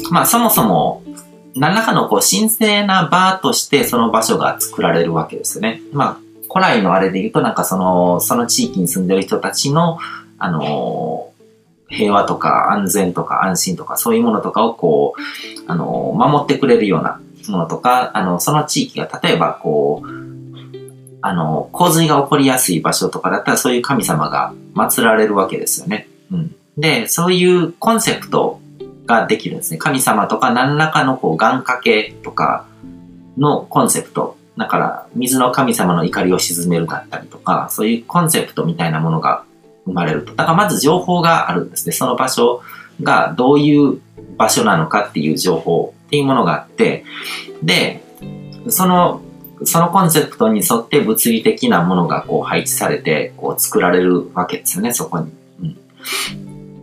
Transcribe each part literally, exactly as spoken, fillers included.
まあそもそも、何らかのこう神聖な場としてその場所が作られるわけですよね。まあ古来のあれで言うとなんかその、その地域に住んでる人たちの、あのー、平和とか安全とか安心とかそういうものとかをこう、あのー、守ってくれるようなものとか、あの、その地域が例えばこう、あの、洪水が起こりやすい場所とかだったらそういう神様が祀られるわけですよね。うん。で、そういうコンセプトができるんですね。神様とか何らかのこう願掛けとかのコンセプト。だから水の神様の怒りを鎮めるだったりとか、そういうコンセプトみたいなものが生まれると。だからまず情報があるんですね。その場所がどういう場所なのかっていう情報っていうものがあって、で、その、そのコンセプトに沿って物理的なものがこう配置されて、こう作られるわけですよね、そこに。うん、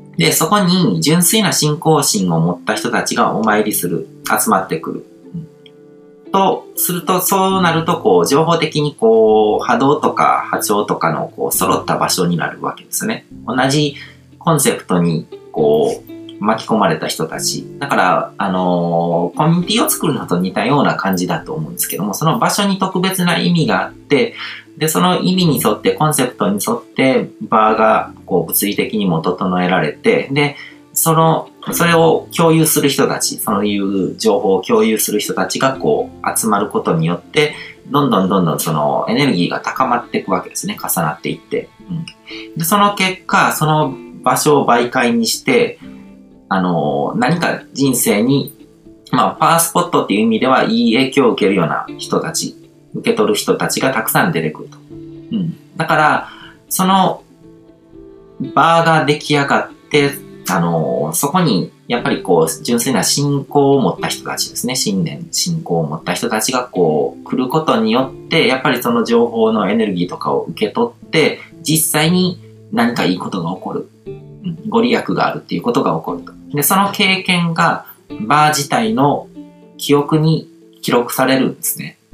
で、そこに純粋な信仰心を持った人たちがお参りする、集まってくる。うん、と、すると、そうなると、こう、情報的にこう、波動とか波長とかのこう、揃った場所になるわけですね。同じコンセプトに、こう、巻き込まれた人たち。だから、あのー、コミュニティを作るのと似たような感じだと思うんですけども、その場所に特別な意味があって、で、その意味に沿って、コンセプトに沿って、場が、こう、物理的にも整えられて、で、その、それを共有する人たち、そういう情報を共有する人たちが、こう、集まることによって、どんどんどんどんそのエネルギーが高まっていくわけですね。重なっていって。うん、で、その結果、その場所を媒介にして、あの、何か人生に、まあ、パワースポットっていう意味ではいい影響を受けるような人たち、受け取る人たちがたくさん出てくると。うん。だから、その場が出来上がって、あの、そこに、やっぱりこう、純粋な信仰を持った人たちですね。信念、信仰を持った人たちがこう、来ることによって、やっぱりその情報のエネルギーとかを受け取って、実際に何かいいことが起こる。ご利益があるっていうことが起こると。で、その経験がバー自体の記憶に記録されるんですね。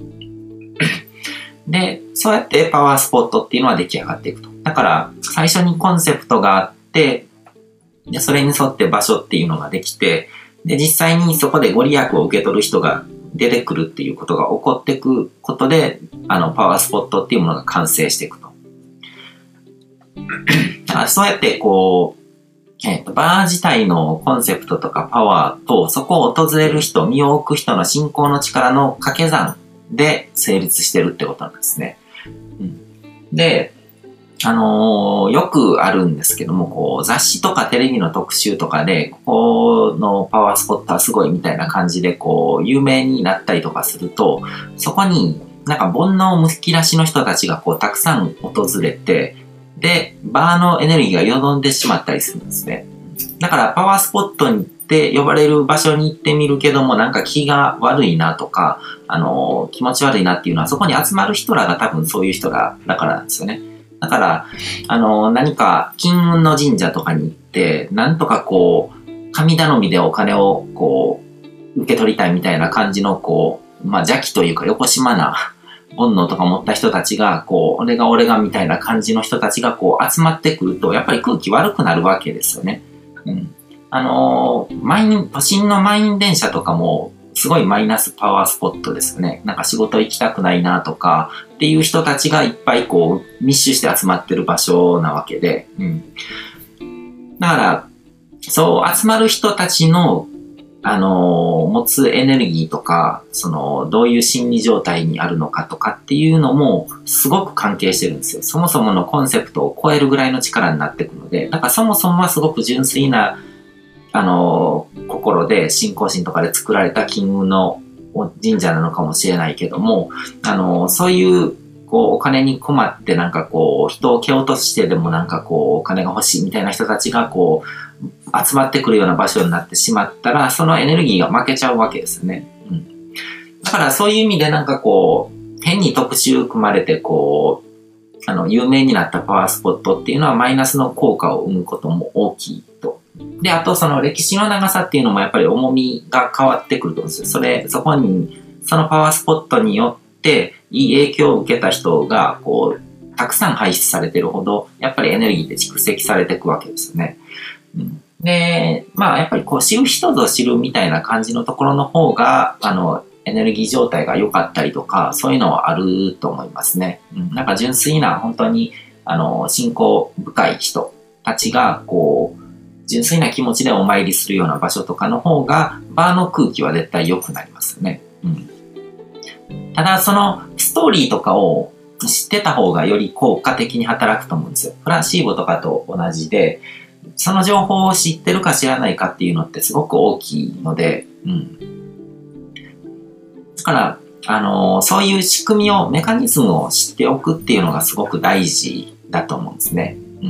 で、そうやってパワースポットっていうのは出来上がっていくと。だから、最初にコンセプトがあって、で、それに沿って場所っていうのができて、で、実際にそこでご利益を受け取る人が出てくるっていうことが起こっていくことで、あの、パワースポットっていうものが完成していくと。だからそうやってこう、えっと、バー自体のコンセプトとかパワーと、そこを訪れる人、身を置く人の信仰の力の掛け算で成立してるってことなんですね。うん、で、あのー、よくあるんですけども、こう、雑誌とかテレビの特集とかで、ここのパワースポットはすごいみたいな感じで、こう、有名になったりとかすると、そこになんか煩悩むき出しの人たちがこう、たくさん訪れて、で、バーのエネルギーがよどんでしまったりするんですね。だからパワースポットにって呼ばれる場所に行ってみるけども、なんか気が悪いなとか、あのー、気持ち悪いなっていうのは、そこに集まる人らが多分そういう人らだからなんですよね。だから、あのー、何か金運の神社とかに行って、なんとかこう、神頼みでお金をこう、受け取りたいみたいな感じのこう、まあ邪気というか横島な、煩悩とか持った人たちが、こう、俺が俺がみたいな感じの人たちがこう集まってくると、やっぱり空気悪くなるわけですよね。うん。あのー、満員、都心の満員電車とかも、すごいマイナスパワースポットですよね。なんか仕事行きたくないなとか、っていう人たちがいっぱいこう、密集して集まってる場所なわけで、うん。だから、そう集まる人たちのあの、持つエネルギーとか、その、どういう心理状態にあるのかとかっていうのも、すごく関係してるんですよ。そもそものコンセプトを超えるぐらいの力になってくるので、だからそもそもはすごく純粋な、あの、心で、信仰心とかで作られた金運の神社なのかもしれないけども、あの、そういう、こう、お金に困ってなんかこう、人を蹴落としてでもなんかこう、お金が欲しいみたいな人たちがこう、集まってくるような場所になってしまったら、そのエネルギーが負けちゃうわけですよね。うん。だからそういう意味でなんかこう、変に特集組まれてこう、あの、有名になったパワースポットっていうのはマイナスの効果を生むことも大きいと。で、あとその歴史の長さっていうのもやっぱり重みが変わってくると思うんですよ。それ、そこに、そのパワースポットによっていい影響を受けた人がこう、たくさん排出されてるほど、やっぱりエネルギーって蓄積されていくわけですよね。うん、 で、まあ、やっぱりこう、知る人ぞ知るみたいな感じのところの方が、あの、エネルギー状態が良かったりとか、そういうのはあると思いますね。うん、なんか純粋な、本当に、あの、信仰深い人たちが、こう、純粋な気持ちでお参りするような場所とかの方が、バーの空気は絶対良くなりますよね。うん、ただ、そのストーリーとかを知ってた方がより効果的に働くと思うんですよ。プラシーボとかと同じで、その情報を知ってるか知らないかっていうのってすごく大きいので、うん。だから、あのー、そういう仕組みを、メカニズムを知っておくっていうのがすごく大事だと思うんですね。うん。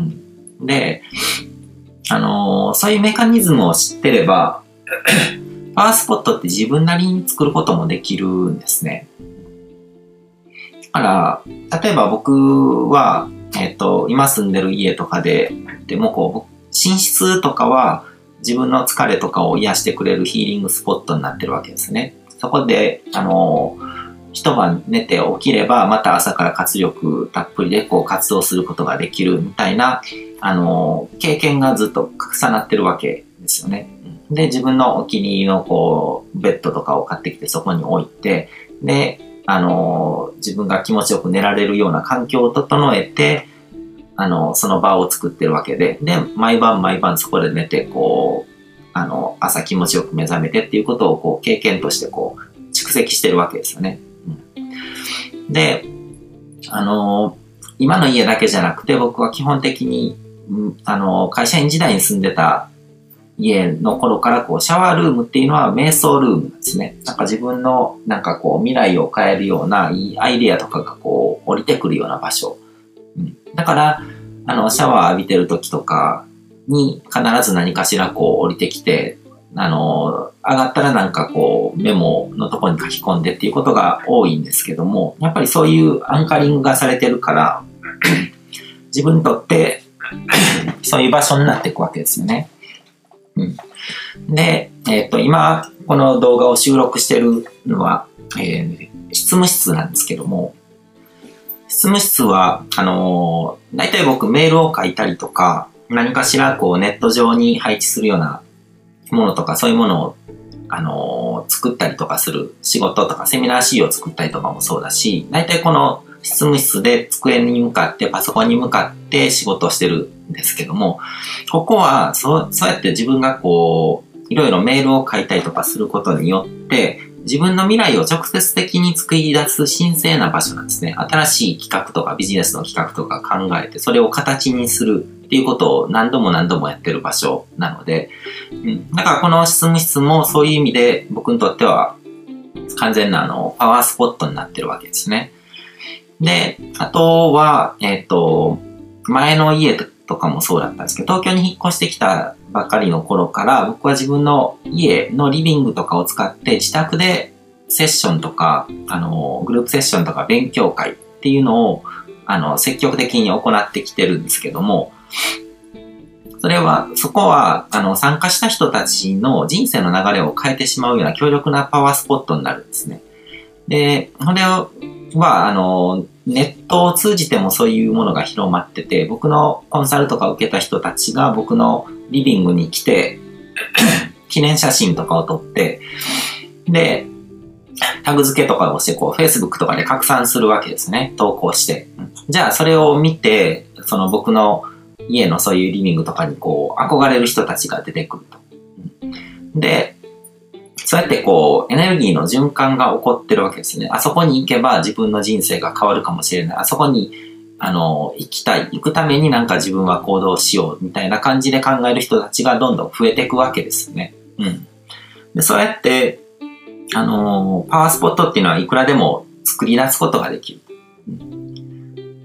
で、あのー、そういうメカニズムを知ってれば、パワースポットって自分なりに作ることもできるんですね。だから、例えば僕は、えっと、今住んでる家とかで、でもこう、寝室とかは自分の疲れとかを癒してくれるヒーリングスポットになってるわけですね。そこで、あのー、一晩寝て起きれば、また朝から活力たっぷりでこう活動することができるみたいな、あのー、経験がずっと重なってるわけですよね。で、自分のお気に入りのこう、ベッドとかを買ってきてそこに置いて、で、あのー、自分が気持ちよく寝られるような環境を整えて、あの、その場を作ってるわけで、で、毎晩毎晩そこで寝て、こう、あの、朝気持ちよく目覚めてっていうことを、こう、経験として、こう、蓄積してるわけですよね。うん、で、あの、今の家だけじゃなくて、僕は基本的に、あの、会社員時代に住んでた家の頃から、こう、シャワールームっていうのは瞑想ルームなんですね。なんか自分の、なんかこう、未来を変えるような、いいアイデアとかがこう、降りてくるような場所。うん、だから、あの、シャワー浴びてる時とかに必ず何かしらこう降りてきて、あの、上がったらなんかこうメモのところに書き込んでっていうことが多いんですけども、やっぱりそういうアンカリングがされてるから、自分にとってそういう場所になっていくわけですよね。うん、で、えっと、今、この動画を収録してるのは、えー、執務室なんですけども、執務室は、あのー、大体僕メールを書いたりとか、何かしらこうネット上に配置するようなものとか、そういうものを、あのー、作ったりとかする仕事とか、セミナー資料を作ったりとかもそうだし、大体この執務室で机に向かって、パソコンに向かって仕事をしてるんですけども、ここはそう、そうやって自分がこう、いろいろメールを書いたりとかすることによって、自分の未来を直接的に作り出す神聖な場所なんですね。新しい企画とかビジネスの企画とか考えて、それを形にするっていうことを何度も何度もやってる場所なので、うん、だからこの執務室もそういう意味で僕にとっては完全なあのパワースポットになってるわけですね。で、あとは、えっと、前の家とかもそうだったんですけど、東京に引っ越してきたばっかりの頃から僕は自分の家のリビングとかを使って自宅でセッションとか、あの、グループセッションとか勉強会っていうのを、あの、積極的に行ってきてるんですけども、それは、そこは、あの、参加した人たちの人生の流れを変えてしまうような強力なパワースポットになるんですね。で、それは、あの、ネットを通じてもそういうものが広まってて、僕のコンサルとかを受けた人たちが僕のリビングに来て、記念写真とかを撮って、で、タグ付けとかをして、こう、Facebook とかで拡散するわけですね。投稿して。じゃあ、それを見て、その僕の家のそういうリビングとかにこう、憧れる人たちが出てくると。で、そうやってこう、エネルギーの循環が起こってるわけですね。あそこに行けば自分の人生が変わるかもしれない。あそこに、あの、行きたい。行くためになんか自分は行動しよう。みたいな感じで考える人たちがどんどん増えていくわけですよね。うん。で、そうやって、あの、パワースポットっていうのはいくらでも作り出すことができる。うん、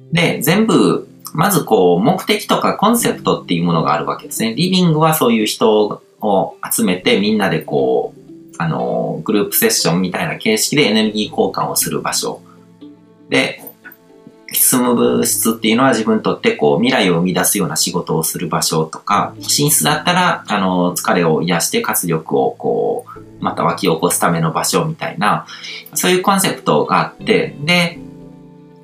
で、全部、まずこう、目的とかコンセプトっていうものがあるわけですね。リビングはそういう人を集めてみんなでこう、あの、グループセッションみたいな形式でエネルギー交換をする場所。で、執務室っていうのは自分にとってこう、未来を生み出すような仕事をする場所とか、寝室だったら、あの、疲れを癒して活力をこう、また湧き起こすための場所みたいな、そういうコンセプトがあって、で、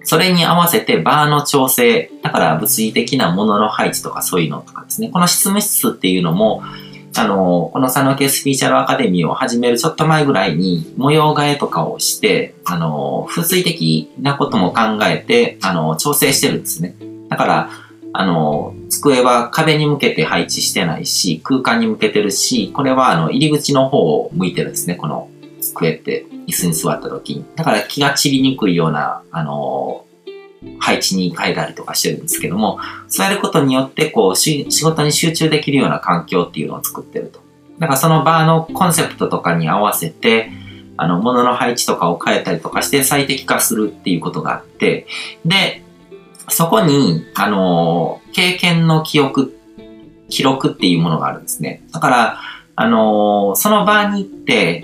それに合わせてバーの調整、だから物理的なものの配置とかそういうのとかですね。この執務室っていうのも、あの、この佐野家スピーチャルアカデミーを始めるちょっと前ぐらいに模様替えとかをして、あの、風水的なことも考えて、あの、調整してるんですね。だから、あの、机は壁に向けて配置してないし、空間に向けてるし、これはあの、入り口の方を向いてるんですね、この机って、椅子に座った時に。だから気が散りにくいような、あの、配置に変えたりとかしてるんですけども、そうやることによって、こう、仕事に集中できるような環境っていうのを作ってると。だからそのバーのコンセプトとかに合わせて、あの、物の配置とかを変えたりとかして最適化するっていうことがあって、で、そこに、あの、経験の記憶、記録っていうものがあるんですね。だから、あの、その場に行って、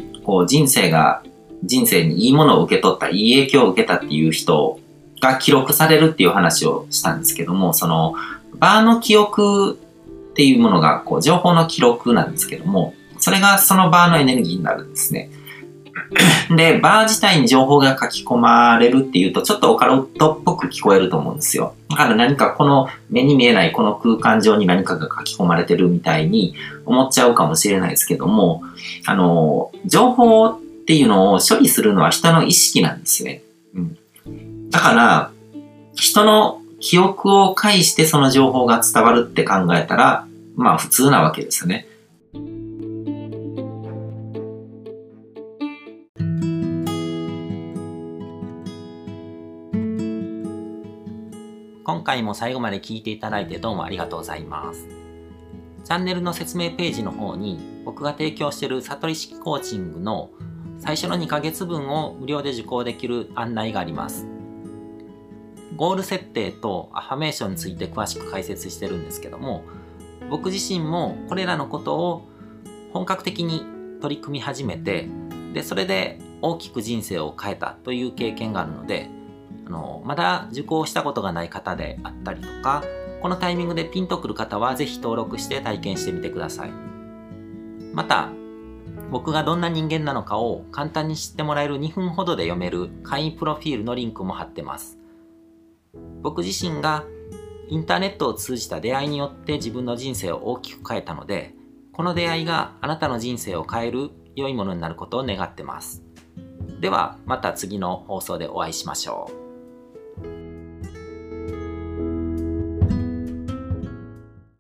こう、人生が、人生にいいものを受け取った、いい影響を受けたっていう人が記録されるっていう話をしたんですけども、その、場の記憶っていうものが、こう、情報の記録なんですけども、それがその場のエネルギーになるんですね。で、バー自体に情報が書き込まれるっていうと、ちょっとオカルトっぽく聞こえると思うんですよ。だから何かこの目に見えないこの空間上に何かが書き込まれてるみたいに思っちゃうかもしれないですけども、あの、情報っていうのを処理するのは人の意識なんですね。うん。だから、人の記憶を介してその情報が伝わるって考えたら、まあ普通なわけですよね。今回も最後まで聞いていただいてどうもありがとうございます。チャンネルの説明ページの方に僕が提供している悟り式コーチングの最初のにかげつぶんを無料で受講できる案内があります。ゴール設定とアファメーションについて詳しく解説してるんですけども、僕自身もこれらのことを本格的に取り組み始めて、でそれで大きく人生を変えたという経験があるので、あのまだ受講したことがない方であったりとか、このタイミングでピンとくる方はぜひ登録して体験してみてください。また、僕がどんな人間なのかを簡単に知ってもらえるにふんほどで読める会員プロフィールのリンクも貼ってます。僕自身がインターネットを通じた出会いによって自分の人生を大きく変えたので、この出会いがあなたの人生を変える良いものになることを願ってます。ではまた次の放送でお会いしましょう。